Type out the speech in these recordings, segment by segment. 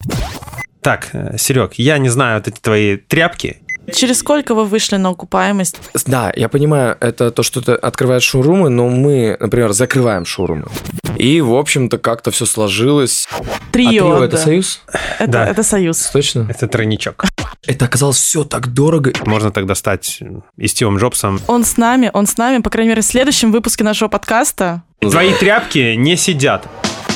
Так, Серег, я не знаю вот эти твои тряпки. Через сколько вы вышли на окупаемость? Да, я понимаю, это то, что ты открываешь шоурумы, но мы, например, закрываем шоурумы. И, в общем-то, как-то все сложилось. Трио, это союз? Это союз. Точно? Это тройничок. Это оказалось все так дорого. Можно тогда стать и Стивом Джобсом. Он с нами, по крайней мере, в следующем выпуске нашего подкаста. Твои тряпки не сидят.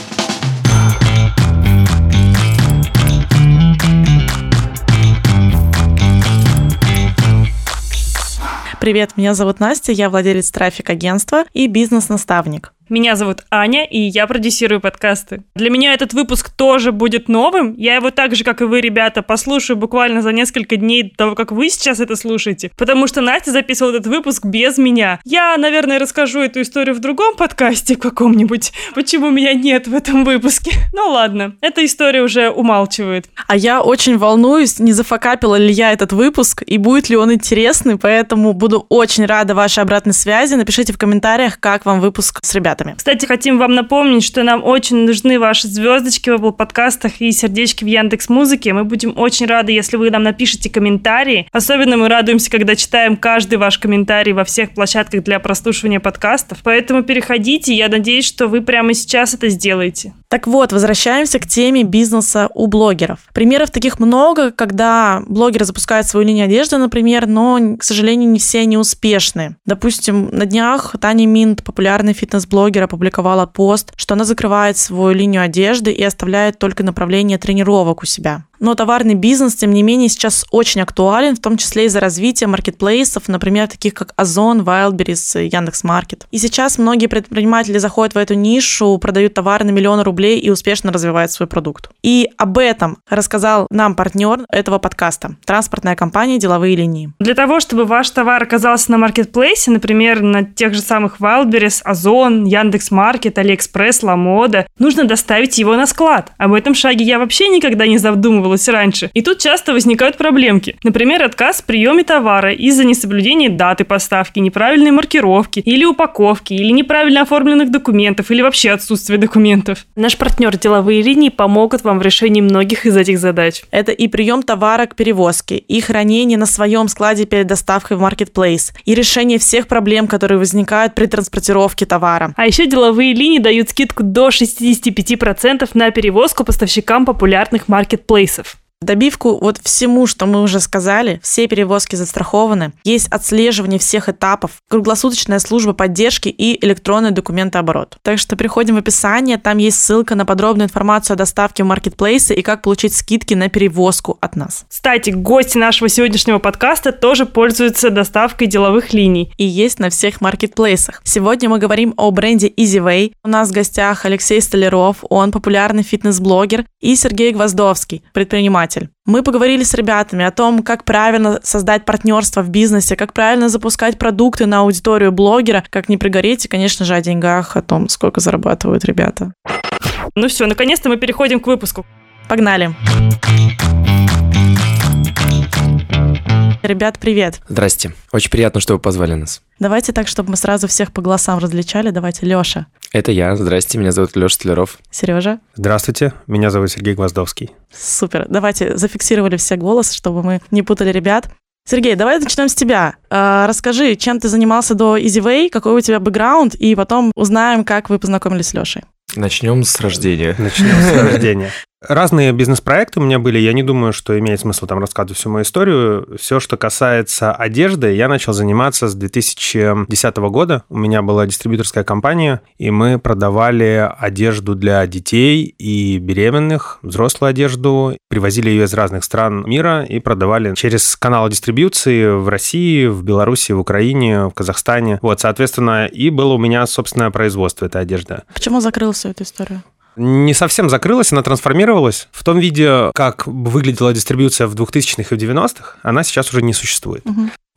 Привет, меня зовут Настя, я владелец трафик-агентства и бизнес-наставник. Меня зовут Аня, и я продюсирую подкасты. Для меня этот выпуск тоже будет новым. Я его так же, как и вы, ребята, послушаю буквально за несколько дней до того, как вы сейчас это слушаете. Потому что Настя записывала этот выпуск без меня. Я, наверное, расскажу эту историю в другом подкасте каком-нибудь, почему меня нет в этом выпуске. Ну ладно, эта история уже умалчивает. А я очень волнуюсь, не зафакапила ли я этот выпуск, и будет ли он интересный, поэтому буду очень рада вашей обратной связи. Напишите в комментариях, как вам выпуск с ребятами. Кстати, хотим вам напомнить, что нам очень нужны ваши звездочки в Apple подкастах и сердечки в Яндекс.Музыке. Мы будем очень рады, если вы нам напишите комментарии. Особенно мы радуемся, когда читаем каждый ваш комментарий во всех площадках для прослушивания подкастов. Поэтому переходите, я надеюсь, что вы прямо сейчас это сделаете. Так вот, возвращаемся к теме бизнеса у блогеров. Примеров таких много, когда блогеры запускают свою линию одежды, например, но, к сожалению, не все они успешны. Допустим, на днях Таня Минт, популярный фитнес-блогер, опубликовала пост, что она закрывает свою линию одежды и оставляет только направление тренировок у себя. Но товарный бизнес, тем не менее, сейчас очень актуален, в том числе из-за развития маркетплейсов, например, таких как Озон, Wildberries, Яндекс.Маркет. И сейчас многие предприниматели заходят в эту нишу, продают товары на миллионы рублей и успешно развивают свой продукт. И об этом рассказал нам партнер этого подкаста – транспортная компания «Деловые линии». Для того, чтобы ваш товар оказался на маркетплейсе, например, на тех же самых Wildberries, Озон, Яндекс.Маркет, Алиэкспресс, Ламода, нужно доставить его на склад. Об этом шаге я вообще никогда не задумывалась раньше. И тут часто возникают проблемки. Например, отказ в приеме товара из-за несоблюдения даты поставки, неправильной маркировки или упаковки, или неправильно оформленных документов, или вообще отсутствия документов. Наш партнер «Деловые линии» помогут вам в решении многих из этих задач. Это и прием товара к перевозке, и хранение на своем складе перед доставкой в маркетплейс, и решение всех проблем, которые возникают при транспортировке товара. А еще «Деловые линии» дают скидку до 65% на перевозку поставщикам популярных маркетплейсов. Добивку вот всему, что мы уже сказали, все перевозки застрахованы, есть отслеживание всех этапов, круглосуточная служба поддержки и электронный документооборот. Так что переходим в описание, там есть ссылка на подробную информацию о доставке в маркетплейсы и как получить скидки на перевозку от нас. Кстати, гости нашего сегодняшнего подкаста тоже пользуются доставкой «Деловых линий». И есть на всех маркетплейсах. Сегодня мы говорим о бренде EasyWay. У нас в гостях Алексей Столяров, он популярный фитнес-блогер, и Сергей Гвоздовский, предприниматель. Мы поговорили с ребятами о том, как правильно создать партнерство в бизнесе, как правильно запускать продукты на аудиторию блогера, как не пригореть, и, конечно же, о деньгах, о том, сколько зарабатывают ребята. Ну все, наконец-то мы переходим к выпуску. Погнали! Ребят, привет! Здрасте. Очень приятно, что вы позвали нас. Давайте так, чтобы мы сразу всех по голосам различали. Давайте, Лёша. Это я. Здрасте, меня зовут Лёша Столяров. Сережа. Здравствуйте, меня зовут Сергей Гвоздовский. Супер. Давайте зафиксировали все голосы, чтобы мы не путали ребят. Сергей, давай начнем с тебя. Расскажи, чем ты занимался до EasyWay, какой у тебя бэкграунд, и потом узнаем, как вы познакомились с Лёшей. Начнем с рождения. Разные бизнес-проекты у меня были, я не думаю, что имеет смысл там рассказывать всю мою историю. Все, что касается одежды, я начал заниматься с 2010 года. У меня была дистрибьюторская компания, и мы продавали одежду для детей и беременных, взрослую одежду, привозили ее из разных стран мира и продавали через каналы дистрибьюции в России, в Беларуси, в Украине, в Казахстане. Вот, соответственно, и было у меня собственное производство этой одежды. Почему закрыл всю эту историю? Не совсем закрылась, она трансформировалась. В том виде, как выглядела дистрибьюция в 2000-х и в 90-х, она сейчас уже не существует.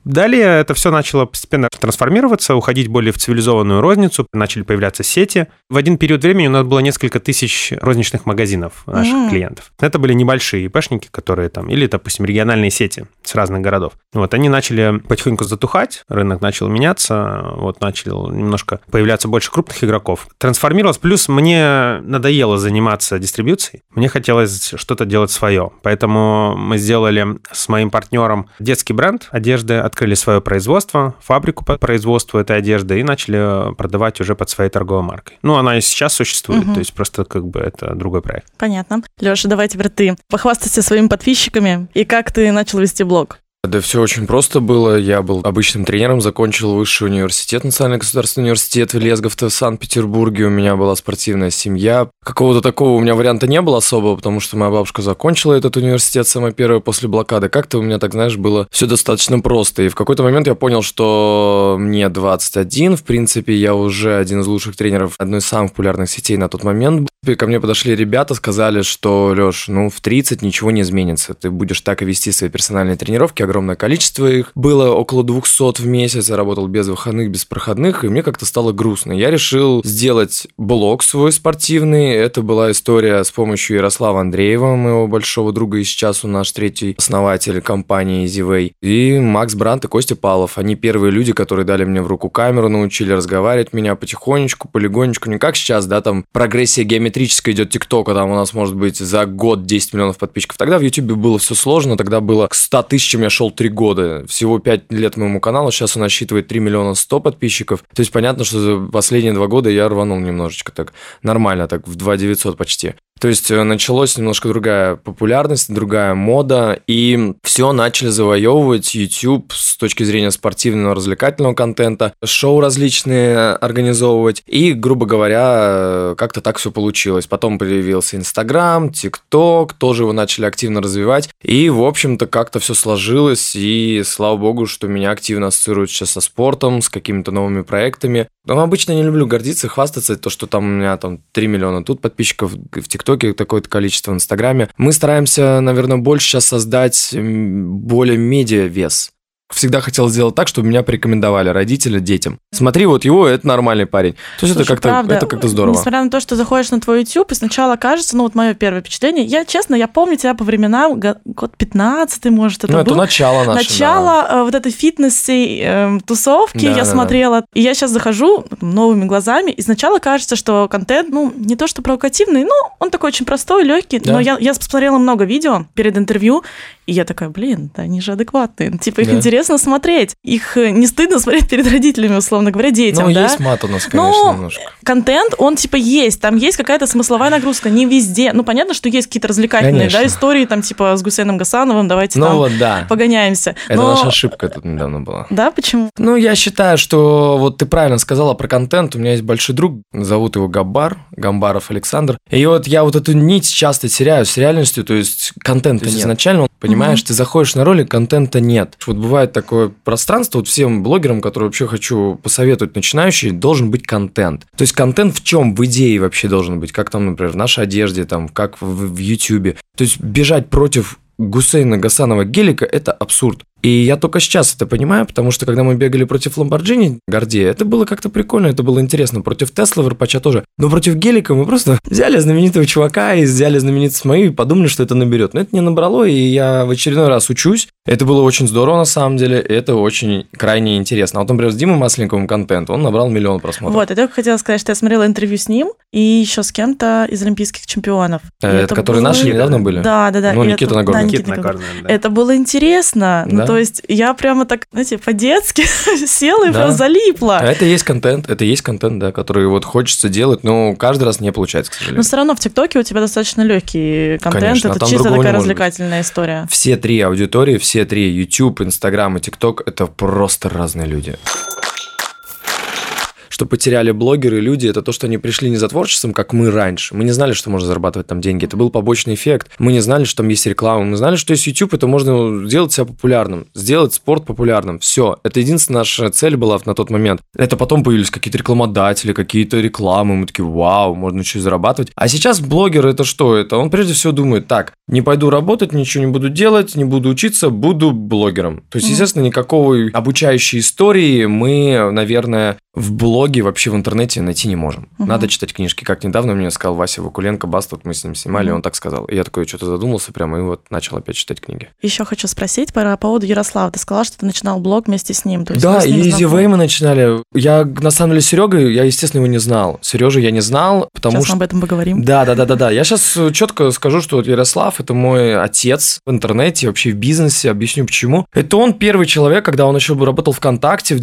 Далее это все начало постепенно трансформироваться, уходить более в цивилизованную розницу, начали появляться сети. В один период времени у нас было несколько тысяч розничных магазинов наших клиентов. Это были небольшие ИПшники, которые там, или, допустим, региональные сети с разных городов. Вот, они начали потихоньку затухать, рынок начал меняться, вот, начал немножко появляться больше крупных игроков. Трансформировалось, плюс мне надоело заниматься дистрибьюцией, мне хотелось что-то делать свое. Поэтому мы сделали с моим партнером детский бренд одежды, открыли свое производство, фабрику по производству этой одежды и начали продавать уже под своей торговой маркой. Ну, она и сейчас существует, то есть просто как бы это другой проект. Понятно. Леша, давай теперь ты. Похвастайся своими подписчиками и как ты начал вести блог. Да все очень просто было. Я был обычным тренером, закончил высший университет, Национальный государственный университет в Лесговце в Санкт-Петербурге. У меня была спортивная семья. Какого-то такого у меня варианта не было особо, потому что моя бабушка закончила этот университет самая первая после блокады. Как-то у меня так, знаешь, было все достаточно просто. И в какой-то момент я понял, что мне 21. В принципе, я уже один из лучших тренеров одной из самых популярных сетей на тот момент. И ко мне подошли ребята, сказали, что, Леш, в 30 ничего не изменится. Ты будешь так и вести свои персональные тренировки, огромное количество их. Было около 200 в месяц, я работал без выходных, без проходных, и мне как-то стало грустно. Я решил сделать блог свой спортивный. Это была история с помощью Ярослава Андреева, моего большого друга, и сейчас он наш третий основатель компании EasyWay. И Макс Брант и Костя Павлов. Они первые люди, которые дали мне в руку камеру, научили разговаривать меня потихонечку, полигонечку. Не как сейчас, да, там прогрессия геометрическая идет ТикТока, там у нас может быть за год 10 миллионов подписчиков. Тогда в Ютубе было все сложно, тогда было к 100 тысячам я шел 3 года. Всего 5 лет моему каналу, сейчас он насчитывает 3 миллиона 100 подписчиков. То есть понятно, что за последние 2 года я рванул немножечко так нормально, так в 2 900 почти. То есть началась немножко другая популярность, другая мода, и все начали завоевывать YouTube с точки зрения спортивного, развлекательного контента, шоу различные организовывать, и, грубо говоря, как-то так все получилось. Потом появился Instagram, TikTok, тоже его начали активно развивать, и, в общем-то, как-то все сложилось, и слава богу, что меня активно ассоциируют сейчас со спортом, с какими-то новыми проектами. Но обычно не люблю гордиться, хвастаться, то, что там у меня там 3 миллиона тут подписчиков в ТикТоке, такое-то количество в Инстаграме. Мы стараемся, наверное, больше сейчас создать более медиа-вес. Всегда хотел сделать так, чтобы меня порекомендовали родители детям. Смотри, вот его, это нормальный парень. То есть Слушай, это как-то здорово. Несмотря на то, что заходишь на твой YouTube, и сначала кажется, вот мое первое впечатление, я помню тебя по временам, год 15-й, может, это был. Это начало наше, Начало вот этой фитнес-тусовки я смотрела. И я сейчас захожу новыми глазами, и сначала кажется, что контент, не то что провокативный, он такой очень простой, легкий. Да. Но я посмотрела много видео перед интервью, и я такая, да они же адекватные. Типа, их интересно смотреть. Их не стыдно смотреть перед родителями, условно говоря, детям, да? Есть мат у нас, конечно, немножко. Контент, он типа есть. Там есть какая-то смысловая нагрузка. Не везде. Понятно, что есть какие-то развлекательные, истории, там, типа, с Гусейном Гасановым, давайте погоняемся. Это наша ошибка тут недавно была. Да, почему? Я считаю, что вот ты правильно сказала про контент. У меня есть большой друг, зовут его Гамбаров Александр. И вот я вот эту нить часто теряю с реальностью, то есть контента нет. Изначально, понимаешь, ты заходишь на ролик, контента нет. Вот бывает такое пространство, вот всем блогерам, которые вообще хочу посоветовать начинающие, должен быть контент. То есть контент в чем? В идее вообще должен быть, как там, например, в нашей одежде, там, как в Ютубе. То есть бежать против Гусейна Гасанова гелика – это абсурд. И я только сейчас это понимаю, потому что когда мы бегали против Lamborghini Гордея, это было как-то прикольно, это было интересно. Против Тесла, Верпача тоже. Но против гелика мы просто взяли знаменитого чувака и взяли знаменитость мою и подумали, что это наберет. Но это не набрало, и я в очередной раз учусь. Это было очень здорово на самом деле, это очень крайне интересно. А вот, например, с Димой Масленниковым контент, он набрал 1 миллион просмотров. Вот, я только хотела сказать, что я смотрела интервью с ним и еще с кем-то из олимпийских чемпионов. Это которые наши недавно были? Да. Никита Нагорный. Никита Нагорный, да. Это было интересно. Да? То есть я прямо так, знаете, по-детски села и прям залипла. А это есть контент, да, который вот хочется делать, но каждый раз не получается, к сожалению. Но все равно в ТикТоке у тебя достаточно легкий контент, конечно, это чисто такая развлекательная история. Все 3 аудитории, все 3 YouTube, Instagram и TikTok – это просто разные люди. Что потеряли блогеры, люди, это то, что они пришли не за творчеством, как мы раньше. Мы не знали, что можно зарабатывать там деньги. Это был побочный эффект. Мы не знали, что там есть реклама. Мы знали, что есть YouTube, это можно сделать себя популярным, сделать спорт популярным. Все. Это единственная наша цель была на тот момент. Это потом появились какие-то рекламодатели, какие-то рекламы. Мы такие, вау, можно еще и зарабатывать. А сейчас блогер это что? Это он прежде всего думает, так, не пойду работать, ничего не буду делать, не буду учиться, буду блогером. То есть, естественно, никакой обучающей истории мы, наверное, в блоге, вообще в интернете найти не можем. Надо читать книжки. Как недавно мне сказал Вася Вакуленко, Баста, вот мы с ним снимали, он так сказал. И я такой что-то задумался прямо, и вот начал опять читать книги. Еще хочу спросить по поводу Ярослава. Ты сказал, что ты начинал блог вместе с ним. То есть да, и EasyWay мы начинали. Я, на самом деле, Серега, я, естественно, его не знал. Сережу я не знал, потому сейчас что... мы об этом поговорим. Да. Я сейчас четко скажу, что вот Ярослав – это мой отец в интернете, вообще в бизнесе. Объясню, почему. Это он первый человек, когда он еще работал ВКонтакте в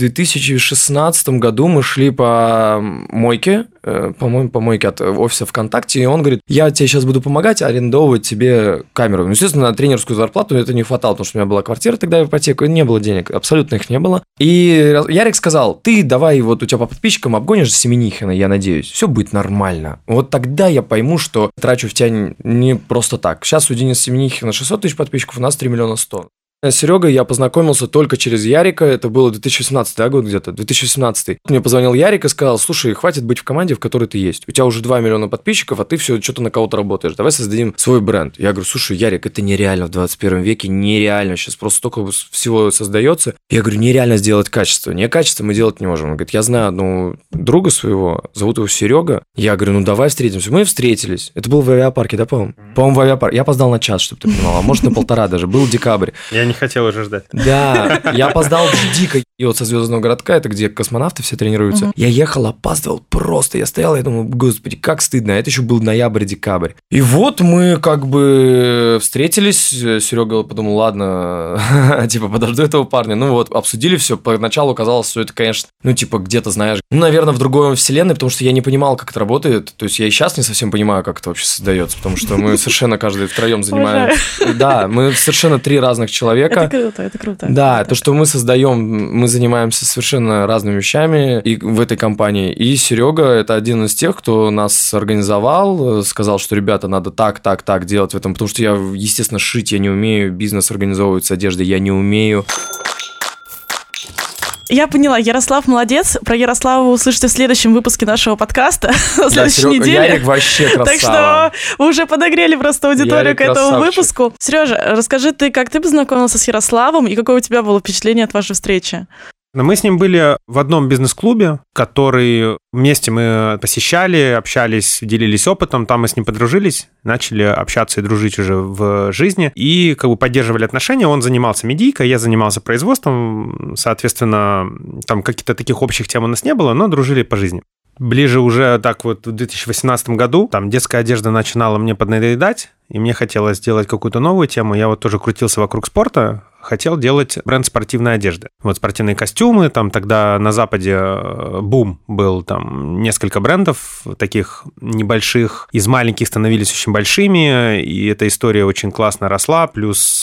2016 году. Мы шли по мойке, по-моему, по мойке от офиса ВКонтакте, и он говорит, я тебе сейчас буду помогать арендовывать тебе камеру. Ну, естественно, на тренерскую зарплату это не хватало, потому что у меня была квартира тогда в ипотеку, и не было денег, абсолютно их не было. И Ярик сказал, ты давай вот у тебя по подписчикам обгонишь Семенихина, я надеюсь, все будет нормально. Вот тогда я пойму, что трачу в тебя не просто так. Сейчас у Дениса Семенихина 600 тысяч подписчиков, у нас 3 миллиона 100. С Серегой я познакомился только через Ярика, это было 2018 год где-то, 2017. Мне позвонил Ярик и сказал, слушай, хватит быть в команде, в которой ты есть. У тебя уже 2 миллиона подписчиков, а ты все что-то на кого-то работаешь. Давай создадим свой бренд. Я говорю, слушай, Ярик, это нереально в 21 веке, нереально. Сейчас просто столько всего создается. Я говорю, нереально сделать качество. Некачество мы делать не можем. Он говорит, я знаю одного друга своего, зовут его Серега. Я говорю, ну давай встретимся. Мы встретились. Это было в авиапарке, да, по-моему? По-моему, в авиапарке. Я опоздал на час, чтобы ты понимал, а может на 1,5 даже. Был декабрь. Я не хотел уже ждать. Да, я опоздал дико. И вот со Звездного городка, это где космонавты все тренируются, я ехал, опаздывал просто. Я стоял, я думал, господи, как стыдно. Это еще был ноябрь-декабрь. И вот мы как бы встретились. Серега подумал, ладно, типа, подожду этого парня. Ну вот, обсудили все. Поначалу казалось, что это, конечно, ну типа, где-то, знаешь, ну, наверное, в другой вселенной, потому что я не понимал, как это работает. То есть я и сейчас не совсем понимаю, как это вообще создается, потому что мы совершенно каждый втроем занимаем... Да, мы совершенно 3 разных человека. Это круто. Да, то, что мы создаем, мы занимаемся совершенно разными вещами и в этой компании. И Серега – это один из тех, кто нас организовал, сказал, что, ребята, надо так делать в этом, потому что я, естественно, шить я не умею, бизнес организовывать с одеждой я не умею. Я поняла, Ярослав молодец. Про Ярослава вы услышите в следующем выпуске нашего подкаста на следующей неделе. Ярик вообще красава. Так что вы уже подогрели просто аудиторию к этому выпуску. Сережа, расскажи ты, как ты познакомился с Ярославом и какое у тебя было впечатление от вашей встречи? Мы с ним были в одном бизнес-клубе, который вместе мы посещали, общались, делились опытом, там мы с ним подружились, начали общаться и дружить уже в жизни, и как бы поддерживали отношения. Он занимался медийкой, я занимался производством, соответственно, там каких-то таких общих тем у нас не было, но дружили по жизни. Ближе уже так вот в 2018 году там детская одежда начинала мне поднадоедать, и мне хотелось сделать какую-то новую тему. Я вот тоже крутился вокруг спорта, хотел делать бренд спортивной одежды. Вот спортивные костюмы, там тогда на Западе бум был, там несколько брендов таких небольших, из маленьких становились очень большими, и эта история очень классно росла, плюс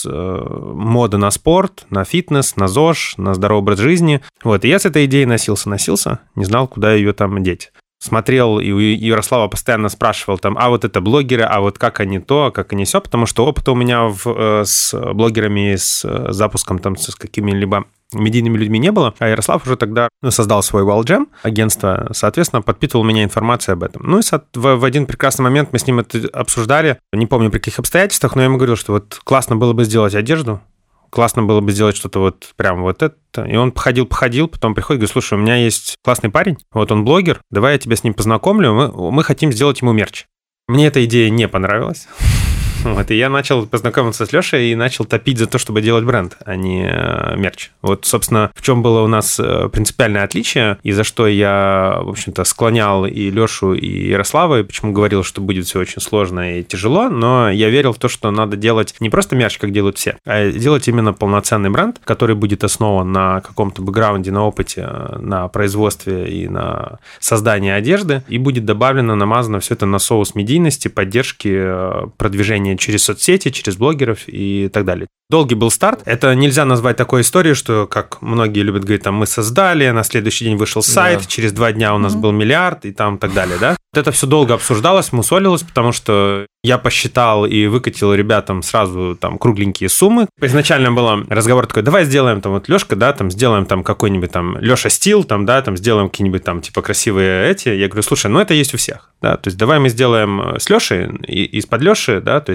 мода на спорт, на фитнес, на ЗОЖ, на здоровый образ жизни. Вот, и я с этой идеей носился, не знал, куда ее там деть. Смотрел, и у Ярослава постоянно спрашивал там, а вот это блогеры, а вот как они то, а как они сё, потому что опыта у меня с блогерами, с запуском там, с какими-либо медийными людьми не было, а Ярослав уже тогда создал свой WildJam, агентство, соответственно, подпитывал меня информацией об этом. Ну и в один прекрасный момент мы с ним это обсуждали, не помню при каких обстоятельствах, но я ему говорил, что вот классно было бы сделать одежду, классно было бы сделать что-то вот прям вот это. И он походил, потом приходит и говорит, слушай, у меня есть классный парень, вот он блогер, давай я тебя с ним познакомлю, мы хотим сделать ему мерч. Мне эта идея не понравилась. Вот, и я начал познакомиться с Лешей и начал топить за то, чтобы делать бренд, а не мерч. Вот, собственно, в чем было у нас принципиальное отличие, и за что я, в общем-то, склонял и Лешу, и Ярослава, и почему говорил, что будет все очень сложно и тяжело, но я верил в то, что надо делать не просто мерч, как делают все, а делать именно полноценный бренд, который будет основан на каком-то бэкграунде, на опыте, на производстве и на создании одежды, и будет добавлено, намазано все это на соус медийности, поддержки, продвижения через соцсети, через блогеров и так далее. Долгий был старт. Это нельзя назвать такой историей, что, как многие любят говорить, там, мы создали, на следующий день вышел сайт, через 2 дня у нас был миллиард и там так далее, да? Вот это все долго обсуждалось, мусолилось, потому что я посчитал и выкатил ребятам сразу там кругленькие суммы. Изначально был разговор такой, давай сделаем там вот Лешка, да, там сделаем там какой-нибудь там Леша Стил, там, да, там сделаем какие-нибудь там типа красивые эти. Я говорю, слушай, ну это есть у всех, да, то есть давай мы сделаем с Лешей, из-под Леши, да, то есть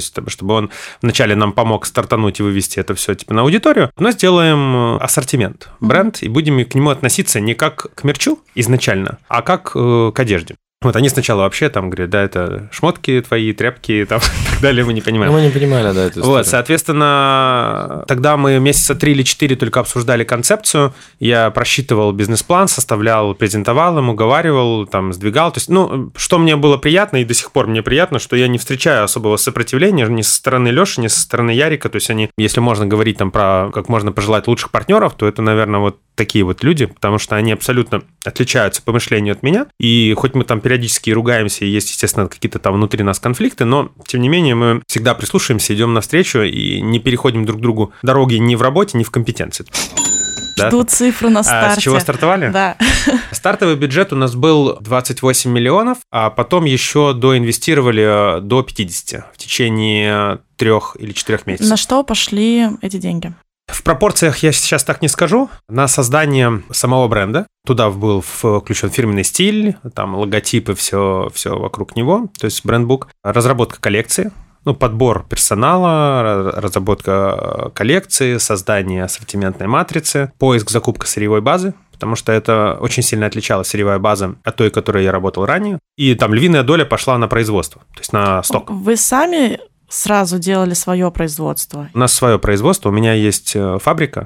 есть чтобы он вначале нам помог стартануть и вывести это все типа на аудиторию, но сделаем ассортимент, бренд, и будем к нему относиться не как к мерчу изначально, а как к одежде. Вот они сначала вообще там говорят, да, это шмотки твои, тряпки там, и так далее, мы не понимаем. Мы не понимали, да, эту историю. Вот, соответственно, тогда мы месяца 3 или 4 только обсуждали концепцию, я просчитывал бизнес-план, составлял, презентовал им, уговаривал, там, сдвигал. То есть, что мне было приятно, и до сих пор мне приятно, что я не встречаю особого сопротивления ни со стороны Леши, ни со стороны Ярика. То есть они, если можно говорить там про как можно пожелать лучших партнеров, то это, наверное, вот такие вот люди, потому что они абсолютно отличаются по мышлению от меня. И хоть мы там периодически ругаемся, и есть, естественно, какие-то там внутри нас конфликты, но, тем не менее, мы всегда прислушиваемся, идем навстречу и не переходим друг к другу дороги ни в работе, ни в компетенции. Жду цифру на старте. С чего стартовали? Да. Стартовый бюджет у нас был 28 миллионов, а потом еще доинвестировали до 50 в течение 3 или 4 месяцев. На что пошли эти деньги? В пропорциях я сейчас так не скажу. На создание самого бренда. Туда был включен фирменный стиль, там логотипы, все вокруг него, то есть брендбук. Разработка коллекции, подбор персонала, разработка коллекции, создание ассортиментной матрицы, поиск, закупка сырьевой базы, потому что это очень сильно отличалась сырьевая база от той, которой я работал ранее. И там львиная доля пошла на производство, то есть на сток. Вы сами сразу делали свое производство? У нас свое производство, у меня есть фабрика,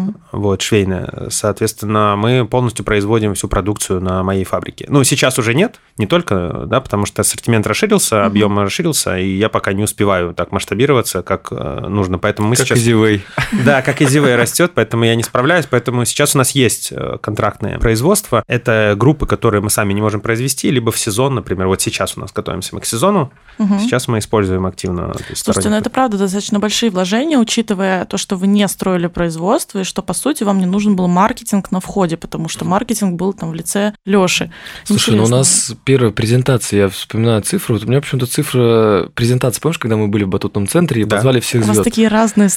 швейная. Соответственно, мы полностью производим всю продукцию на моей фабрике. Сейчас уже нет, не только, да, потому что ассортимент расширился, объем расширился, и я пока не успеваю так масштабироваться, как нужно. Поэтому мы как сейчас... EasyWay. Да, как EasyWay растет, поэтому я не справляюсь. Поэтому сейчас у нас есть контрактное производство. Это группы, которые мы сами не можем произвести, либо в сезон, например. Вот сейчас у нас готовимся мы к сезону. Сейчас мы используем активно. Слушайте, это правда достаточно большие вложения, учитывая то, что вы не строили производство, и что, по сути, вам не нужен был маркетинг на входе, потому что маркетинг был там в лице Лёши. Слушай, у нас первая презентация, я вспоминаю цифру, у меня почему-то цифра презентации, помнишь, когда мы были в батутном центре и позвали всех звезд? У вас такие разные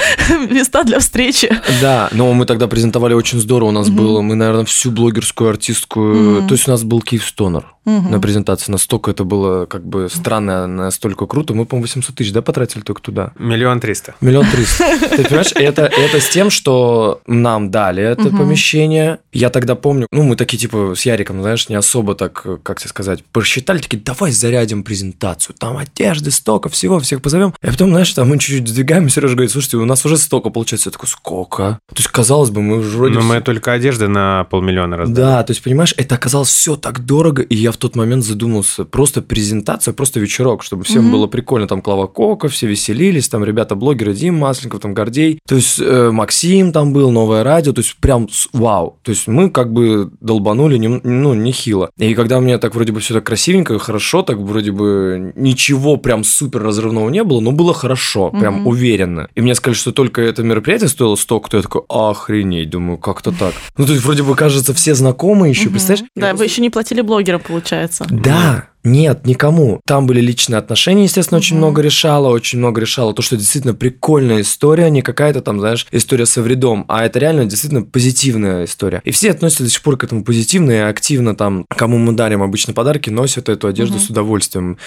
места для встречи. Да, но мы тогда презентовали очень здорово, у нас было, мы, наверное, всю блогерскую, артистскую, то есть у нас был Киевстонер на презентации, настолько это было как бы странно, настолько круто, мы, по-моему, 800 тысяч, да, потратили только туда? 1 300 000. 1 300 000. Ты понимаешь, это с тем, что нам дали это помещение. Я тогда помню, мы такие, типа, с Яриком, знаешь, не особо так, как тебе сказать, посчитали, такие, давай зарядим презентацию, там одежды, столько, всего, всех позовем. И потом, знаешь, там мы чуть-чуть сдвигаем, и Сережа говорит, слушайте, у нас уже столько получается. Я такой, сколько? То есть, казалось бы, мы уже вроде... Но мы только одежды на 500 000 раздали. Да, то есть, понимаешь, это оказалось все так дорого, и я в тот момент задумался, просто презентация, просто вечерок, чтобы всем было прикольно, там Клава Кока, все веселились, там ребята-блогеры, Дим Масленников, там Гордей, то есть Максим там был, Новое радио, то есть прям вау, то есть мы как бы долбанули нехило. И когда у меня так вроде бы все так красивенько, хорошо, так вроде бы ничего прям супер разрывного не было, но было хорошо, прям уверенно. И мне сказали, что только это мероприятие стоило столько-то, я такой, охренеть, думаю, как-то так. То есть вроде бы, кажется, все знакомые еще, представляешь? Да, вы еще не платили блогерам, получается. Да. Нет, никому. Там были личные отношения, естественно, очень много решало. То, что действительно прикольная история, не какая-то там, знаешь, история со вредом, а это реально действительно позитивная история. И все относятся до сих пор к этому позитивно и активно там, кому мы дарим обычно подарки, носят эту одежду с удовольствием.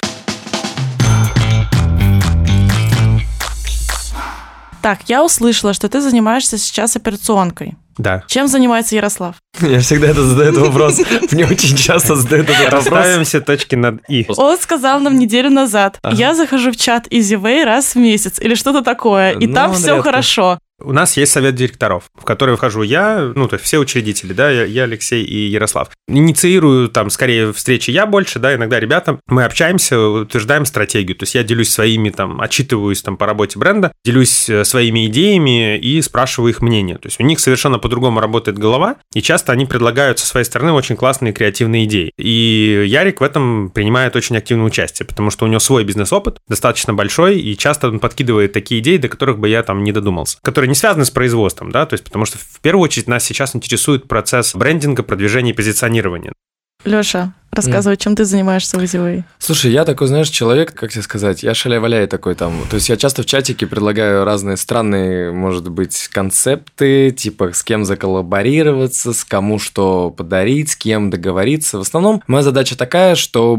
Так, я услышала, что ты занимаешься сейчас операционкой. Да. Чем занимается Ярослав? Я всегда задаю этот вопрос. Мне очень часто задают этот вопрос. Расставим все точки над «и». Он сказал нам неделю назад, я захожу в чат EasyWay раз в месяц или что-то такое, и там все хорошо. У нас есть совет директоров, в который вхожу я, то есть все учредители, да, я, Алексей и Ярослав. Инициирую там скорее встречи я больше, да, иногда ребята, мы общаемся, утверждаем стратегию, то есть я делюсь своими там, отчитываюсь там по работе бренда, делюсь своими идеями и спрашиваю их мнение. То есть у них совершенно по-другому работает голова, и часто они предлагают со своей стороны очень классные креативные идеи. И Ярик в этом принимает очень активное участие, потому что у него свой бизнес-опыт достаточно большой, и часто он подкидывает такие идеи, до которых бы я там не додумался, которые не связаны с производством, да, то есть потому что в первую очередь нас сейчас интересует процесс брендинга, продвижения и позиционирования. Лёша, Рассказывай, чем ты занимаешься в EasyWay. Слушай, я такой, знаешь, человек, как тебе сказать, я шаля-валяй такой там. То есть я часто в чатике предлагаю разные странные, может быть, концепты, типа с кем заколлаборироваться, с кому что подарить, с кем договориться. В основном моя задача такая,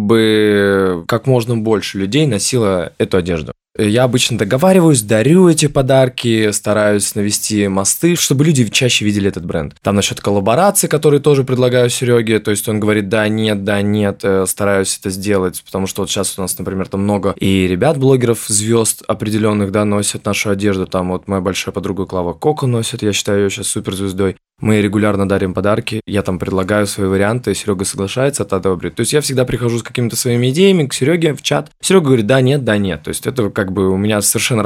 чтобы как можно больше людей носило эту одежду. Я обычно договариваюсь, дарю эти подарки, стараюсь навести мосты, чтобы люди чаще видели этот бренд. Там насчет коллаборации, которые тоже предлагаю Сереге, то есть он говорит да, нет, стараюсь это сделать, потому что вот сейчас у нас, например, там много и ребят, блогеров, звезд определенных, да, носят нашу одежду, там вот моя большая подруга Клава Кока носит, я считаю ее сейчас суперзвездой. Мы регулярно дарим подарки, я там предлагаю свои варианты, Серега соглашается, одобрит. То есть я всегда прихожу с какими-то своими идеями к Сереге в чат. Серега говорит, да, нет. То есть это как бы у меня совершенно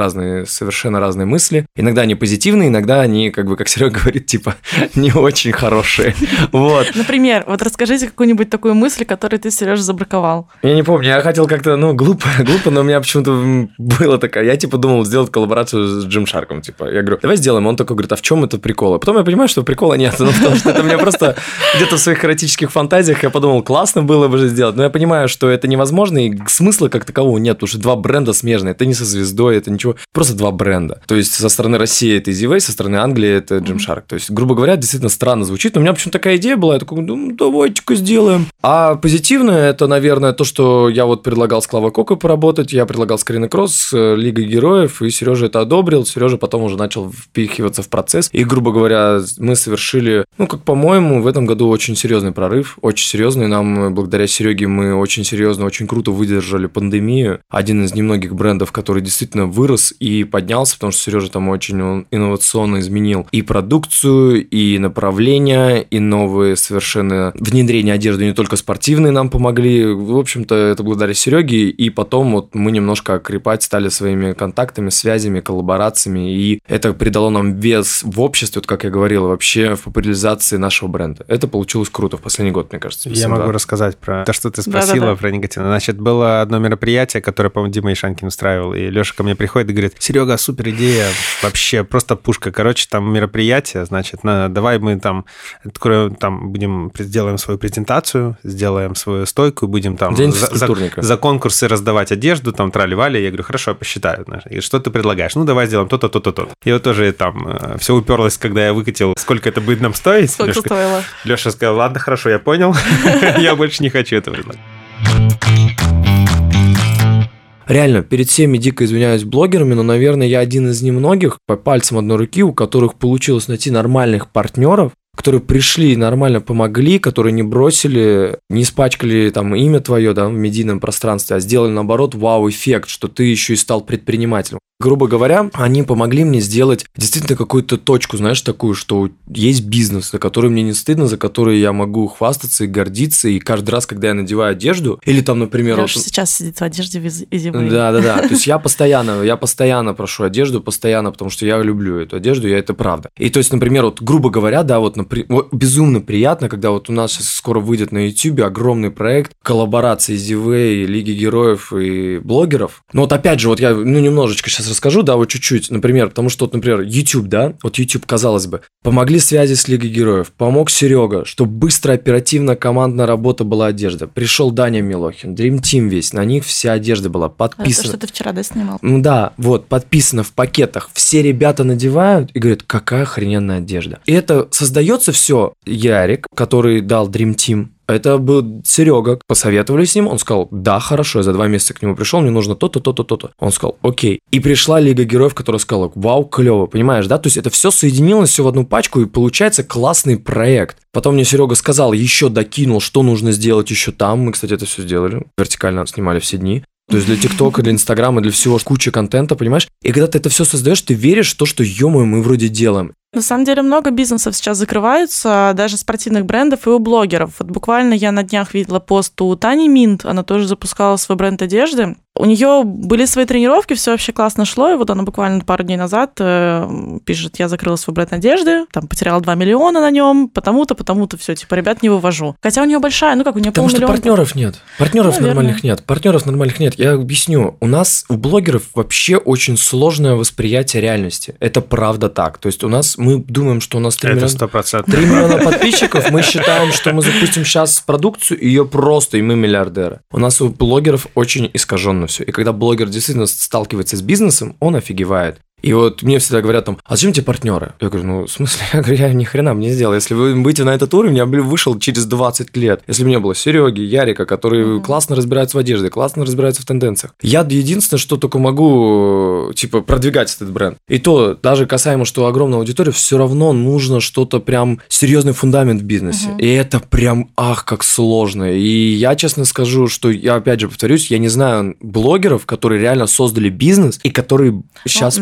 разные мысли. Иногда они позитивные, иногда они, как бы, как Серега говорит, типа, не очень хорошие. Вот. Например, вот расскажите какую-нибудь такую мысль, которую ты, Сережа, забраковал. Я не помню, я хотел как-то, глупо, но у меня почему-то было такое. Я, типа, думал сделать коллаборацию с Gymshark, типа. Я говорю, давай сделаем. Он такой говорит, а в чем это прикол? А потом я понимаю, что прикола нет, потому что это мне просто где-то в своих эротических фантазиях я подумал, классно было бы же сделать, но я понимаю, что это невозможно, и смысла как такового нет, потому что два бренда смежные, это не со звездой, это ничего, просто два бренда. То есть со стороны России это EasyWay, со стороны Англии это Gymshark. То есть, грубо говоря, действительно странно звучит, но у меня почему-то такая идея была, я такой, давайте-ка сделаем. А позитивное, это, наверное, то, что я вот предлагал с Клавой Кокой поработать, я предлагал с Кариной Кросс, с Лигой Героев, и Сережа это одобрил, Сережа потом уже начал впихиваться в процесс, и, грубо говоря, мы совершили, как по-моему, в этом году очень серьезный прорыв, очень серьезный. Нам, благодаря Сереге, мы очень серьезно, очень круто выдержали пандемию. Один из немногих брендов, который действительно вырос и поднялся, потому что Сережа там очень инновационно изменил и продукцию, и направления, и новые совершенно внедрения одежды, не только спортивные нам помогли. В общем-то, это благодаря Сереге, и потом вот мы немножко окрепать стали своими контактами, связями, коллаборациями, и это придало нам вес в обществе, вот как я говорил, вообще в популяризации нашего бренда. Это получилось круто в последний год, мне кажется. Я могу рассказать про то, что ты спросила про негативное. Значит, было одно мероприятие, которое, по-моему, Дима Ишанкин устраивал, и Леша ко мне приходит и говорит, Серега, супер идея, вообще просто пушка. Короче, там мероприятие, значит, давай мы там сделаем свою презентацию, сделаем свою стойку, будем там за конкурсы раздавать одежду, там трали-вали. Я говорю, хорошо, я посчитаю. И что ты предлагаешь? Давай сделаем то-то, то-то, то-то. И вот тоже там все уперлось, когда я выкатил, сколько это будет нам стоить. Сколько стоило? Леша сказал, ладно, хорошо, я понял. Я больше не хочу это предлагать. Реально, перед всеми дико извиняюсь блогерами, но, наверное, я один из немногих, по пальцам одной руки, у которых получилось найти нормальных партнеров, которые пришли и нормально помогли, которые не бросили, не испачкали там имя твое, да, в медийном пространстве, а сделали, наоборот, вау-эффект, что ты еще и стал предпринимателем. Грубо говоря, они помогли мне сделать действительно какую-то точку, знаешь, такую, что есть бизнес, за который мне не стыдно, за который я могу хвастаться и гордиться, и каждый раз, когда я надеваю одежду, или там, например... Леша сейчас сидит в одежде в EasyWay. Да, то есть я постоянно прошу одежду, потому что я люблю эту одежду, это правда. И то есть, например, вот, грубо говоря, да, вот безумно приятно, когда вот у нас сейчас скоро выйдет на YouTube огромный проект коллаборации EasyWay, Лиги Героев и блогеров. Но вот опять же, вот я немножечко сейчас расскажу, да, вот чуть-чуть, например, потому что, вот, например, YouTube, да, вот YouTube, казалось бы, помогли связи с Лигой Героев, помог Серега, чтобы быстро, оперативно, командная работа была одежда. Пришел Даня Милохин, Dream Team весь, на них вся одежда была подписана. Это что ты вчера, да, снимал? Да, вот, подписано в пакетах. Все ребята надевают и говорят, какая охрененная одежда. И это создается все. Ярик, который дал Dream Team, это был Серега, посоветовали с ним, он сказал, да, хорошо, я за 2 месяца к нему пришел, мне нужно то-то, то-то, то-то. Он сказал, окей. И пришла Лига Героев, которая сказала, вау, клево, понимаешь, да? То есть это все соединилось, все в одну пачку, и получается классный проект. Потом мне Серега сказал, еще докинул, что нужно сделать еще там. Мы, кстати, это все сделали, вертикально снимали все дни. То есть для ТикТока, для Инстаграма, для всего куча контента, понимаешь? И когда ты это все создаешь, ты веришь в то, что, ё-моё, мы вроде делаем. На самом деле много бизнесов сейчас закрываются, даже спортивных брендов и у блогеров. Вот буквально я на днях видела пост у Тани Минт, она тоже запускала свой бренд одежды. У нее были свои тренировки, все вообще классно шло, и вот она буквально пару дней назад пишет: я закрыла свой бренд одежды, там потеряла 2 миллиона на нем, потому-то, все, типа, ребят, не вывожу. Хотя у нее большая, у нее потому полмиллиона. Потому что партнеров нормальных нет. Я объясню, у нас, у блогеров вообще очень сложное восприятие реальности. Это правда так. То есть мы думаем, что у нас 3 миллиона подписчиков, мы считаем, что мы запустим сейчас продукцию, и мы миллиардеры. У нас у блогеров очень искаженно все. И когда блогер действительно сталкивается с бизнесом, он офигевает. И вот мне всегда говорят там: а зачем тебе партнеры? Я говорю: в смысле? Я ни хрена мне не сделал. Если вы выйдете на этот уровень, я бы вышел через 20 лет. Если бы не было Сереги, Ярика, которые классно разбираются в одежде, классно разбираются в тенденциях. Я единственное, что только могу, продвигать этот бренд. И то, даже касаемо, что огромная аудитория, все равно нужно что-то прям серьезный фундамент в бизнесе. И это прям, как сложно. И я честно скажу, что я опять же повторюсь, я не знаю блогеров, которые реально создали бизнес и которые сейчас...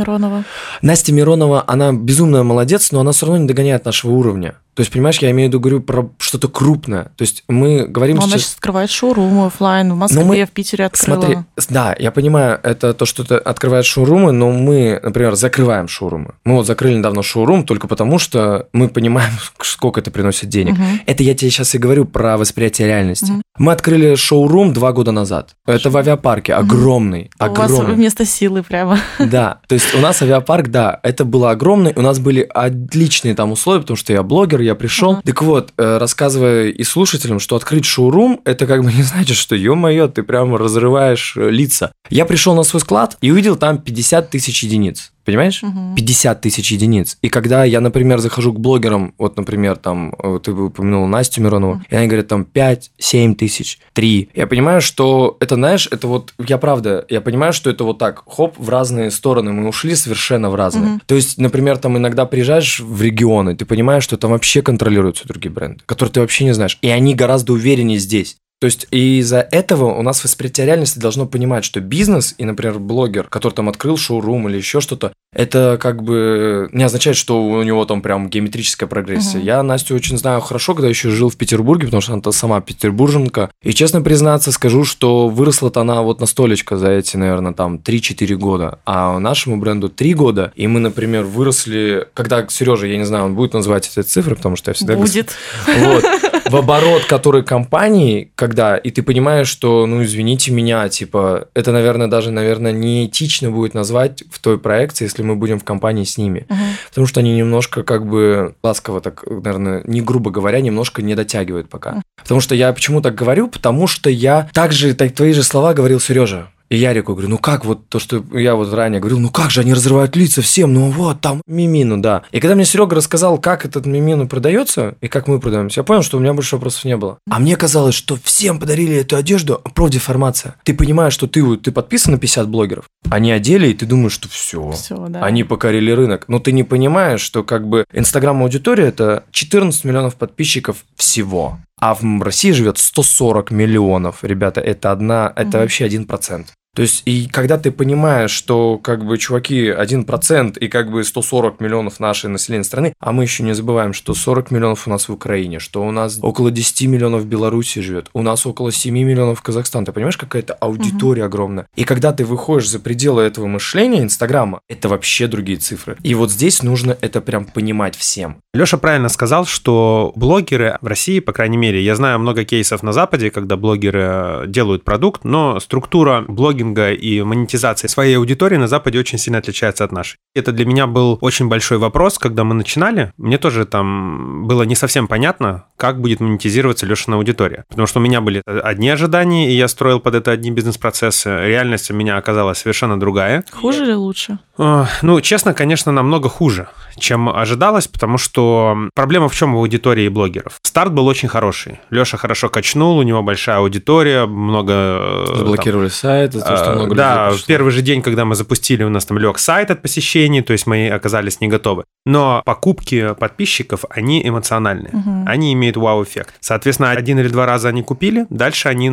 Настя Миронова, она безумно молодец, но она все равно не догоняет нашего уровня. То есть, понимаешь, я имею в виду, говорю про что-то крупное. То есть, мы говорим сейчас... Она сейчас открывает шоурумы офлайн в Москве, в Питере открыла. Смотри, да, я понимаю, это то, что ты открываешь шоурумы, но мы, например, закрываем шоурумы. Мы вот закрыли недавно шоурум только потому, что мы понимаем, сколько это приносит денег. Это я тебе сейчас и говорю про восприятие реальности. Мы открыли шоурум 2 года назад. Это в авиапарке, огромный. У вас вместо силы прямо. Да, то есть у нас авиапарк, да, это было огромный, у нас были отличные там условия, потому что я блогер, я пришел. Так вот, рассказывая и слушателям, что открыть шоурум, это как бы не значит, что, ё-моё, ты прямо разрываешь лица. Я пришел на свой склад и увидел там 50 тысяч единиц. Понимаешь? 50 тысяч единиц. И когда я, например, захожу к блогерам, вот, например, там, ты упомянула Настю Миронову, и они говорят там 5-7 тысяч, 3. Я понимаю, что это, знаешь, это вот, я понимаю, что это вот так, хоп, в разные стороны, мы ушли совершенно в разные. То есть, например, там иногда приезжаешь в регионы, ты понимаешь, что там вообще контролируются другие бренды, которые ты вообще не знаешь, и они гораздо увереннее здесь. То есть из-за этого у нас восприятие реальности должно понимать, что бизнес и, например, блогер, который там открыл шоурум или еще что-то, это как бы не означает, что у него там прям геометрическая прогрессия. Я Настю очень знаю хорошо, когда еще жил в Петербурге, потому что она сама петербурженка. И, честно признаться, скажу, что выросла-то она вот на столечко за эти, наверное, там 3-4 года. А нашему бренду 3 года. И мы, например, выросли, когда Сережа, я не знаю, он будет называть эти цифры, потому что я всегда... Будет. Вот. В оборот, который компании, когда, и ты понимаешь, что, извините меня, это, наверное, даже, неэтично будет назвать в той проекции, если мы будем в компании с ними. Потому что они немножко, как бы, ласково так, наверное, не грубо говоря, немножко не дотягивают пока. Потому что я почему так говорю? Потому что я также, твои же слова говорил Сережа. И Ярику говорю: как вот то, что я вот ранее говорил, как же они разрывают лица всем, вот там мимину, да. И когда мне Серега рассказал, как этот мимину продается и как мы продаемся, я понял, что у меня больше вопросов не было. А мне казалось, что всем подарили эту одежду, профдеформация. Ты понимаешь, что ты подписан на 50 блогеров, они одели, и ты думаешь, что все, да. Они покорили рынок. Но ты не понимаешь, что как бы Инстаграм-аудитория – это 14 миллионов подписчиков всего. А в России живет 140 миллионов. Ребята, это вообще 1%. То есть, и когда ты понимаешь, что, как бы, чуваки, 1% и, как бы, 140 миллионов нашей населения страны, а мы еще не забываем, что 40 миллионов у нас в Украине, что у нас около 10 миллионов в Беларуси живет, у нас около 7 миллионов в Казахстане. Ты понимаешь, какая-то аудитория огромная. И когда ты выходишь за пределы этого мышления Инстаграма, это вообще другие цифры. И вот здесь нужно это прям понимать всем. Леша правильно сказал, что блогеры в России, по крайней мере, я знаю много кейсов на Западе, когда блогеры делают продукт, но структура блогинга и монетизации своей аудитории на Западе очень сильно отличается от нашей. Это для меня был очень большой вопрос, когда мы начинали. Мне тоже там было не совсем понятно, как будет монетизироваться Лешина аудитория. Потому что у меня были одни ожидания, и я строил под это одни бизнес-процессы. Реальность у меня оказалась совершенно другая. Хуже или лучше? Честно, конечно, намного хуже, чем ожидалось, потому что проблема в чем в аудитории блогеров? Старт был очень хороший. Леша хорошо качнул, у него большая аудитория, много... Заблокировали сайт, за то, что много людей пришло. В первый же день, когда мы запустили, у нас там лег сайт от посещений, то есть мы оказались не готовы. Но покупки подписчиков, они эмоциональные. Они имеют вау-эффект. Соответственно, 1 или 2 раза они купили, дальше они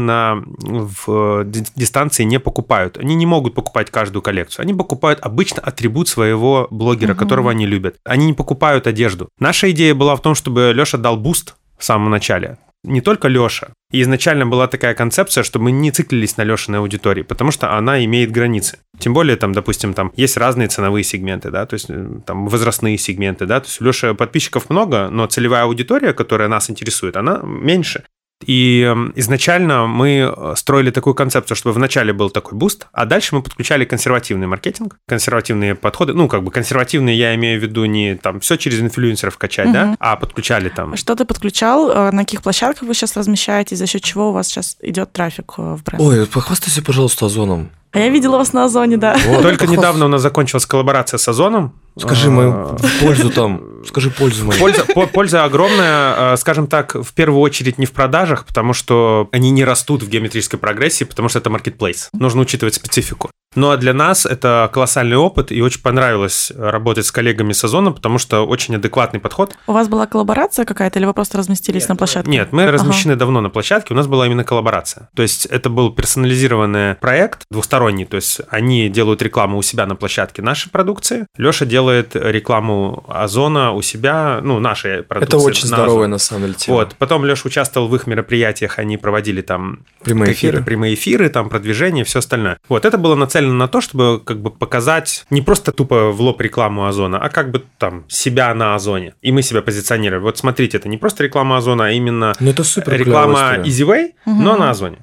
в дистанции не покупают. Они не могут покупать каждую коллекцию. Они покупают обычно атрибут своего блогера, которого они любят. Они не покупают одежду. Наша идея была в том, чтобы Леша дал буст в самом начале. не только Леша. И изначально была такая концепция, что мы не циклились на Лешиной аудитории, потому что она имеет границы. Тем более, там, допустим, там есть разные ценовые сегменты, да, то есть там возрастные сегменты, да, то есть у Леши подписчиков много, но целевая аудитория, которая нас интересует, она меньше. И изначально мы строили такую концепцию, чтобы вначале был такой буст, а дальше мы подключали консервативный маркетинг, консервативные подходы. Ну, как бы консервативные, я имею в виду не там все через инфлюенсеров качать, да, а подключали там. Что ты подключал? На каких площадках вы сейчас размещаете? За счет чего у вас сейчас идет трафик в бренд? Ой, похвастайся, пожалуйста, Озоном. А я видела вас на Озоне, да. Вот, только недавно у нас закончилась коллаборация с Озоном. Скажи мою пользу там. Скажи пользу мою. Польза огромная, скажем так, в первую очередь не в продажах, потому что они не растут в геометрической прогрессии, потому что это маркетплейс. Нужно учитывать специфику. Ну, а для нас это колоссальный опыт, и очень понравилось работать с коллегами с Озона, потому что очень адекватный подход. У вас была коллаборация какая-то, или вы просто разместились на площадке? Нет, мы размещены давно на площадке, у нас была именно коллаборация. То есть это был персонализированный проект, двусторонний, то есть они делают рекламу у себя на площадке нашей продукции, Леша делает рекламу Озона у себя, ну, нашей продукции. Это очень здоровая, на самом деле, тема. Вот, потом Леша участвовал в их мероприятиях, они проводили там прямые эфиры, там продвижение, все остальное. Вот, это было нацелено на то, чтобы как бы показать не просто тупо в лоб рекламу Озона, а как бы там себя на Озоне. И мы себя позиционировали. Вот смотрите, это не просто реклама Озона, а именно реклама EasyWay, но на Озоне.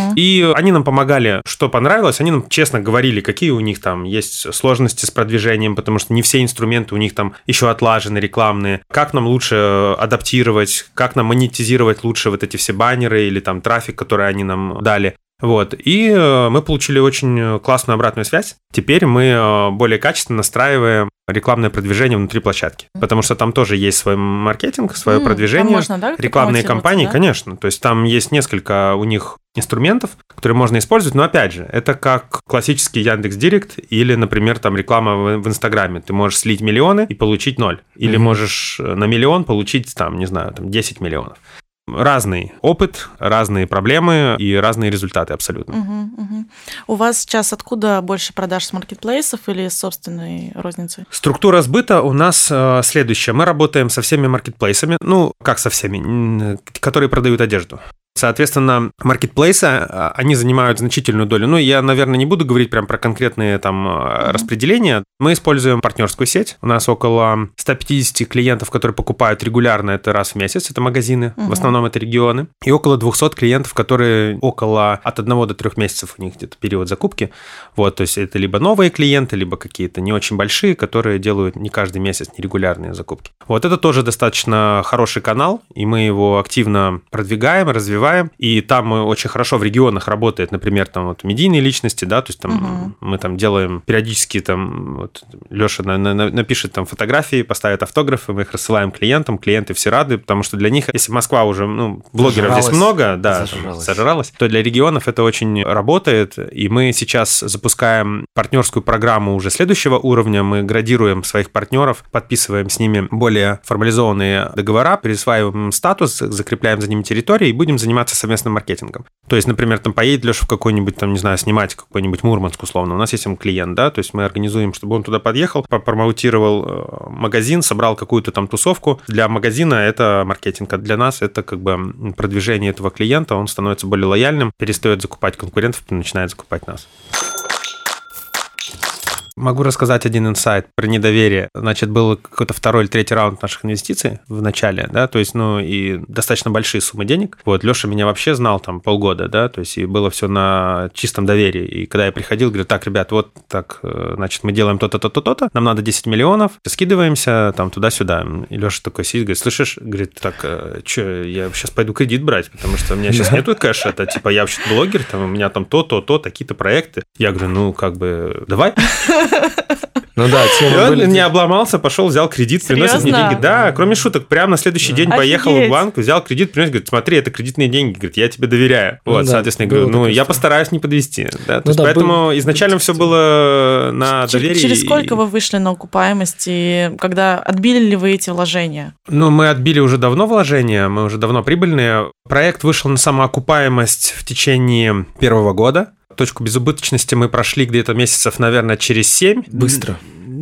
И они нам помогали, что понравилось, они нам честно говорили, какие у них там есть сложности с продвижением, потому что не все инструменты у них там еще отлажены, рекламные. Как нам лучше адаптировать, как нам монетизировать лучше вот эти все баннеры или там трафик, который они нам дали. Вот, и мы получили очень классную обратную связь. Теперь мы более качественно настраиваем рекламное продвижение внутри площадки, потому что там тоже есть свой маркетинг, свое продвижение, можно, да, рекламные кампании, да? Конечно. То есть там есть несколько у них инструментов, которые можно использовать, но опять же, это как классический Яндекс.Директ или, например, там реклама в Инстаграме. Ты можешь слить миллионы и получить 0. Или можешь на миллион получить, там, не знаю, там 10 миллионов. Разный опыт, разные проблемы и разные результаты абсолютно. У вас сейчас откуда больше продаж, с маркетплейсов или с собственной розницы? Структура сбыта у нас следующая. Мы работаем со всеми маркетплейсами, ну, как со всеми, которые продают одежду. Соответственно, маркетплейсы, они занимают значительную долю. Ну, я, наверное, не буду говорить прям про конкретные там распределения. Мы используем партнерскую сеть. У нас около 150 клиентов, которые покупают регулярно, это раз в месяц, это магазины, в основном это регионы. И около 200 клиентов, которые от 1 до 3 месяцев у них где-то период закупки. Вот, то есть это либо новые клиенты, либо какие-то не очень большие, которые делают не каждый месяц нерегулярные закупки. Вот это тоже достаточно хороший канал, и мы его активно продвигаем, развиваем. И там очень хорошо в регионах работает, например, там вот медийные личности, да, то есть там мы там делаем периодически там, вот Леша напишет там фотографии, поставит автографы, мы их рассылаем клиентам, клиенты все рады, потому что для них, если Москва уже, ну, блогеров здесь много, да, зажралась, то для регионов это очень работает, и мы сейчас запускаем партнерскую программу уже следующего уровня, мы градируем своих партнеров, подписываем с ними более формализованные договора, присваиваем статус, закрепляем за ними территории и будем заниматься совместным маркетингом. То есть, например, там поедет Леша в какой-нибудь, там, не знаю, снимать какой-нибудь Мурманск, условно. У нас есть там клиент, да, то есть мы организуем, чтобы он туда подъехал, промоутировал магазин, собрал какую-то там тусовку. Для магазина это маркетинг, а для нас это как бы продвижение этого клиента, он становится более лояльным, перестает закупать конкурентов и начинает закупать нас. Могу рассказать один инсайт про недоверие. Значит, был какой-то 2-й или 3-й раунд наших инвестиций в начале, да, то есть, ну, и достаточно большие суммы денег. Вот, Леша меня вообще знал там полгода, да, то есть, и было все на чистом доверии. И когда я приходил, говорю, так, ребят, вот так, значит, мы делаем то-то, то-то, то-то, нам надо 10 миллионов, скидываемся там туда-сюда. И Леша такой сидит, говорит, слышишь, говорит, так, что, я сейчас пойду кредит брать, потому что у меня сейчас нету кэша, это типа, я вообще блогер, там, у меня там то, такие-то проекты. Я говорю, ну, как бы, давай. Ну да, тема были... Он не обломался, пошел, взял кредит, приносит мне деньги. Да, кроме шуток, прямо на следующий день поехал в банк, взял кредит, принес, говорит, смотри, это кредитные деньги, говорит, я тебе доверяю. Вот, соответственно, я говорю, ну, я постараюсь не подвести. Да, то есть, поэтому изначально все было на доверии. Через сколько вы вышли на окупаемость, и когда отбили ли вы эти вложения? Ну, мы отбили уже давно вложения, мы уже давно прибыльные. Проект вышел на самоокупаемость в течение 1-го года. Точку безубыточности мы прошли где-то месяцев, наверное, через 7. Быстро.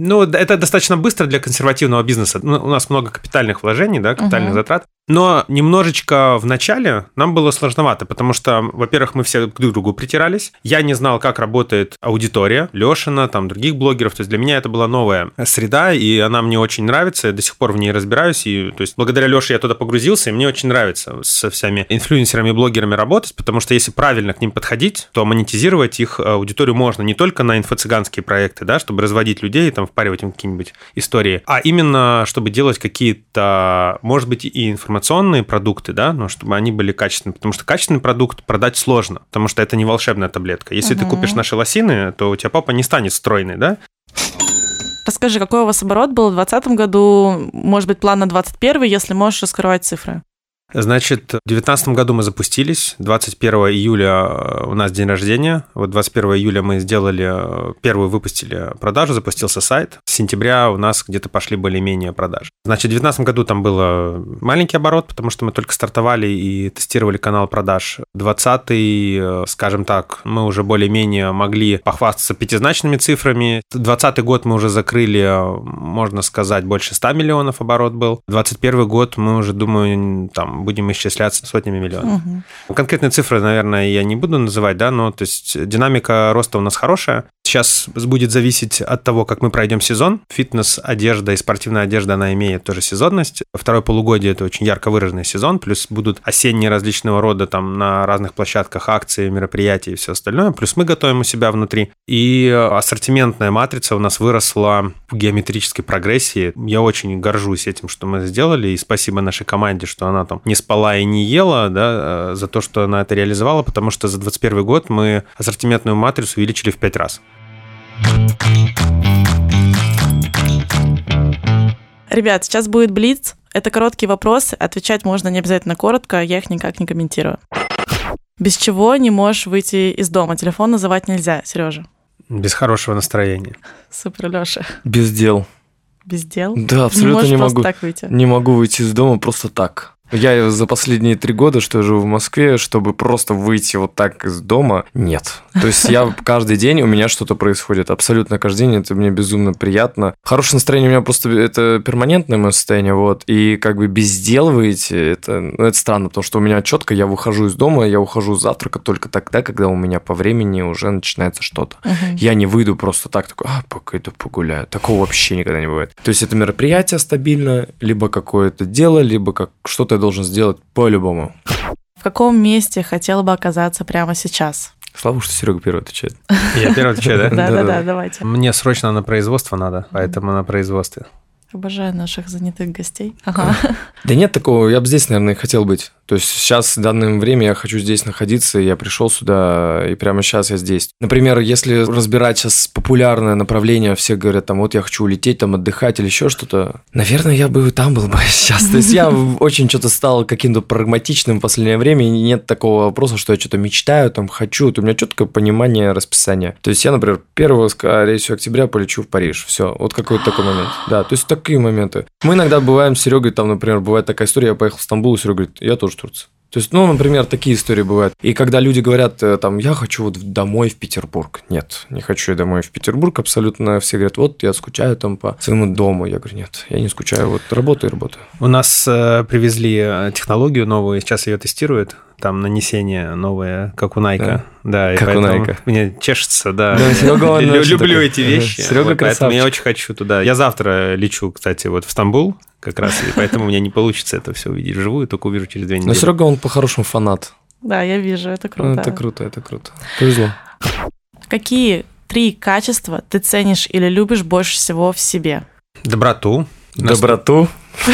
Ну, это достаточно быстро для консервативного бизнеса. Ну, у нас много капитальных вложений, да, капитальных затрат. Но немножечко в начале нам было сложновато, потому что, во-первых, мы все друг к другу притирались. Я не знал, как работает аудитория Лешина, там, других блогеров. То есть для меня это была новая среда, и она мне очень нравится. Я до сих пор в ней разбираюсь. И, то есть благодаря Леше я туда погрузился, и мне очень нравится со всеми инфлюенсерами и блогерами работать, потому что если правильно к ним подходить, то монетизировать их аудиторию можно не только на инфо-цыганские проекты, да, чтобы разводить людей, там, впаривать им какие-нибудь истории, а именно чтобы делать какие-то, может быть, и информационные продукты, да, но чтобы они были качественными, потому что качественный продукт продать сложно, потому что это не волшебная таблетка. Если ты купишь наши лосины, то у тебя попа не станет стройной, да? Расскажи, какой у вас оборот был в 2020 году, может быть, план на 2021, если можешь раскрывать цифры? Значит, в 2019 году мы запустились, 21 июля у нас день рождения, вот 21 июля мы сделали, первую выпустили продажу, запустился сайт, с сентября у нас где-то пошли более-менее продажи. Значит, в 2019 году там был маленький оборот, потому что мы только стартовали и тестировали канал продаж. 2020, скажем так, мы уже более-менее могли похвастаться пятизначными цифрами. 2020 год мы уже закрыли, можно сказать, больше 100 миллионов оборот был. 2021 год мы уже, думаю, там будем исчисляться сотнями миллионов. Конкретные цифры, наверное, я не буду называть, да, но то есть динамика роста у нас хорошая. Сейчас будет зависеть от того, как мы пройдем сезон. Фитнес-одежда и спортивная одежда, она имеет тоже сезонность. Второе полугодие – это очень ярко выраженный сезон, плюс будут осенние различного рода там на разных площадках акции, мероприятия и все остальное. Плюс мы готовим у себя внутри. И ассортиментная матрица у нас выросла в геометрической прогрессии. Я очень горжусь этим, что мы сделали, и спасибо нашей команде, что она там не спала и не ела, да, за то, что она это реализовала, потому что за 2021 год мы ассортиментную матрицу увеличили в 5 раз. Ребят, сейчас будет блиц. Это короткие вопросы. Отвечать можно не обязательно коротко, я их никак не комментирую. Без чего не можешь выйти из дома? Телефон называть нельзя, Сережа. Без хорошего настроения. Супер, Леша. Без дел. Без дел? Да, абсолютно не могу. Так выйти? Не могу выйти из дома просто так. Я за последние 3 года, что я живу в Москве, чтобы просто выйти вот так из дома, нет. То есть я каждый день, у меня что-то происходит. Абсолютно каждый день, это мне безумно приятно. Хорошее настроение у меня просто, это перманентное мое состояние, вот. И как бы без дел выйти, это странно, потому что у меня четко, я выхожу из дома, я ухожу с завтрака только тогда, когда у меня по времени уже начинается что-то. Я не выйду просто так, такой, пока иду погуляю. Такого вообще никогда не бывает. То есть это мероприятие стабильно, либо какое-то дело, либо как что-то я должен сделать по-любому. В каком месте хотел бы оказаться прямо сейчас? Слава, что Серега первый отвечает. Я первый отвечаю, да? Да, давайте. Мне срочно на производство надо, поэтому на производстве. Обожаю наших занятых гостей. Ага. Да нет такого, я бы здесь, наверное, хотел быть. То есть сейчас, в данное время, я хочу здесь находиться, я пришел сюда, и прямо сейчас я здесь. Например, если разбирать сейчас популярное направление, все говорят, там, вот я хочу улететь, там, отдыхать или еще что-то, наверное, я бы там был бы сейчас. То есть я очень что-то стал каким-то прагматичным в последнее время, и нет такого вопроса, что я что-то мечтаю, там, хочу. Вот у меня четкое понимание расписания. То есть я, например, 1 рейсу октября полечу в Париж. Все, вот какой-то такой момент. Да, то есть такие моменты. Мы иногда бываем с Серегой, там, например, бывает такая история, я поехал в Стамбул, и Серега говорит, я тоже в Турции. То есть, например, такие истории бывают. И когда люди говорят, там, я хочу вот домой в Петербург. Нет, не хочу я домой в Петербург. Абсолютно все говорят, вот я скучаю там по своему дому. Я говорю, нет, я не скучаю, вот работаю и работаю. У нас привезли технологию новую, сейчас ее тестируют. Там нанесение новое, как у Найка. Да, как у Найка. Мне чешется, да. Люблю эти вещи. Серега красавчик. Поэтому я очень хочу туда. Я завтра лечу, кстати, вот в Стамбул как раз, и поэтому у меня не получится это все увидеть вживую, только увижу через 2 недели. Но Серега, он по-хорошему фанат. Да, я вижу, это круто. Это круто, это круто. Повезло. Какие 3 качества ты ценишь или любишь больше всего в себе? Доброту. Доброту.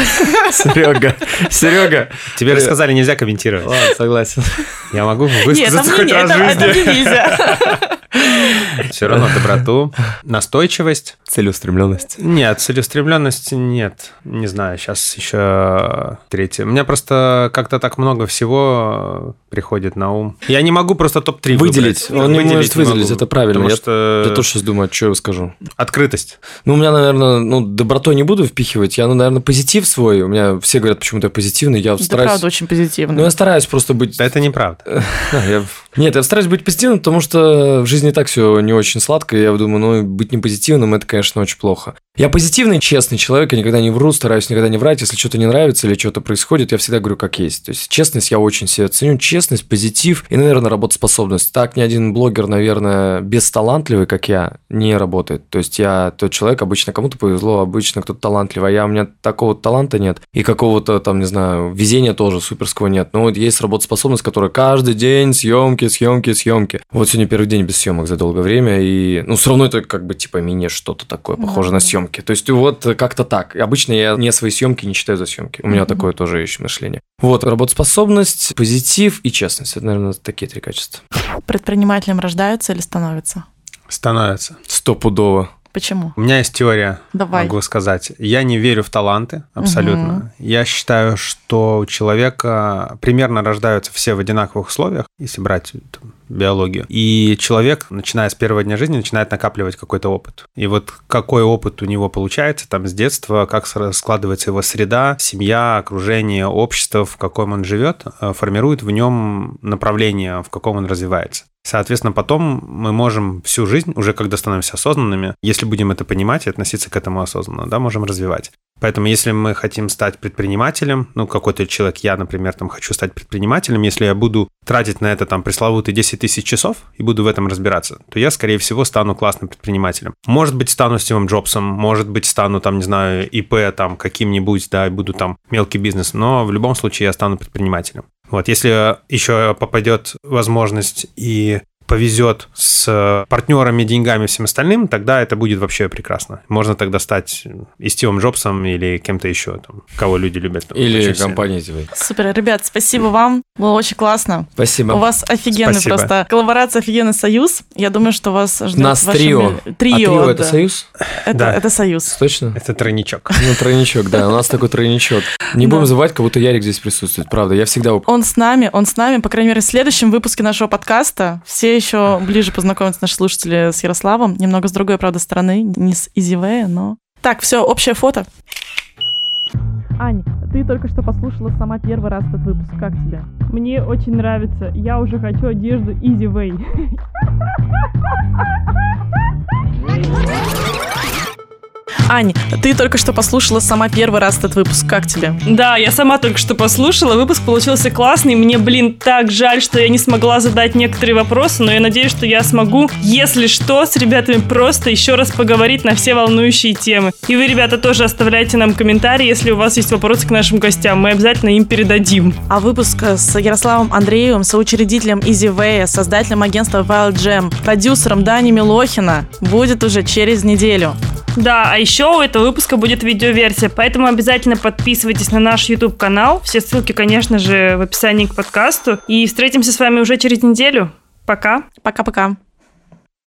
Серега. Тебе рассказали, нельзя комментировать. Ладно, согласен. Я могу высказаться хоть раз в жизни. Это нельзя. Все равно доброту, настойчивость. Целеустремленность. Нет, целеустремленности нет. Не знаю, сейчас еще 3. У меня просто как-то так много всего приходит на ум. Я не могу просто топ-3 выделить. Он не может выделить, это правильно. Я тоже сейчас думаю, что я скажу. Открытость. У меня, наверное, добротой не буду впихивать. Я, наверное, позитив свой. У меня все говорят, почему-то я позитивный. Я стараюсь... правда очень позитивный. Я стараюсь просто быть... Да это неправда. Нет, я стараюсь быть позитивным, потому что в жизни и так все не очень сладко, и я думаю, быть не позитивным – это, конечно, очень плохо. Я позитивный, честный человек, я никогда не вру, стараюсь никогда не врать. Если что-то не нравится или что-то происходит, я всегда говорю, как есть. То есть честность я очень себе ценю, честность, позитив и, наверное, работоспособность. Так ни один блогер, наверное, бесталантливый, как я, не работает. То есть я тот человек, обычно кому-то повезло, обычно кто-то талантливый, а у меня такого таланта нет и какого-то там, не знаю, везения тоже суперского нет. Но вот есть работоспособность, которая каждый день съемки. Вот сегодня первый день без съемок за долгое время, и, все равно это как бы типа мини что-то такое, похоже на съемки. То есть вот как-то так. Обычно я не свои съемки не считаю за съемки. У меня такое тоже есть мышление. Вот, работоспособность, позитив и честность. Это, наверное, такие 3 качества. Предпринимателем рождаются или становятся? Становятся. Стопудово. Почему? У меня есть теория, Давай. могу сказать. Я не верю в таланты, абсолютно. Я считаю, что у человека примерно рождаются все в одинаковых условиях, если брать биологию. И человек, начиная с первого дня жизни, начинает накапливать какой-то опыт. И вот какой опыт у него получается там с детства, как складывается его среда, семья, окружение, общество, в каком он живет, формирует в нем направление, в каком он развивается. Соответственно, потом мы можем всю жизнь, уже когда становимся осознанными, если будем это понимать и относиться к этому осознанно, да, можем развивать. Поэтому если мы хотим стать предпринимателем, какой-то человек, я, например, хочу стать предпринимателем, если я буду тратить на это пресловутые 10 тысяч часов и буду в этом разбираться, то я, скорее всего, стану классным предпринимателем. Может быть, стану Стивом Джобсом, может быть, стану, не знаю, ИП каким-нибудь, да, и буду мелкий бизнес, но в любом случае я стану предпринимателем. Вот, если еще попадет возможность и повезет с партнерами, деньгами и всем остальным, тогда это будет вообще прекрасно. Можно тогда стать и Стивом Джобсом или кем-то еще, кого люди любят. Или компанией тебе. Супер, ребят, спасибо вам. Было очень классно. Спасибо. У вас офигенный просто коллаборация, офигенный союз. Я думаю, что вас ждет... Нас трио. Трио да. Это союз? Это союз. Точно? Это тройничок. Тройничок, да. У нас такой тройничок. Не будем забывать, как будто Ярик здесь присутствует. Правда, я всегда... Он с нами, по крайней мере, в следующем выпуске нашего подкаста. Все еще ближе познакомятся наши слушатели с Ярославом. Немного с другой, правда, стороны. Не с EasyWay, но... Так, все, общее фото. Ань, ты только что послушала сама первый раз этот выпуск. Как тебе? Мне очень нравится. Я уже хочу одежду EasyWay. Ань, ты только что послушала сама первый раз этот выпуск. Как тебе? Да, я сама только что послушала. Выпуск получился классный. Мне, так жаль, что я не смогла задать некоторые вопросы, но я надеюсь, что я смогу, если что, с ребятами просто еще раз поговорить на все волнующие темы. И вы, ребята, тоже оставляйте нам комментарии, если у вас есть вопросы к нашим гостям. Мы обязательно им передадим. А выпуск с Ярославом Андреевым, соучредителем EasyWay, создателем агентства Wild Jam, продюсером Дани Милохина, будет уже через неделю. Да, а еще у этого выпуска будет видеоверсия, поэтому обязательно подписывайтесь на наш YouTube-канал. Все ссылки, конечно же, в описании к подкасту. И встретимся с вами уже через неделю. Пока. Пока-пока.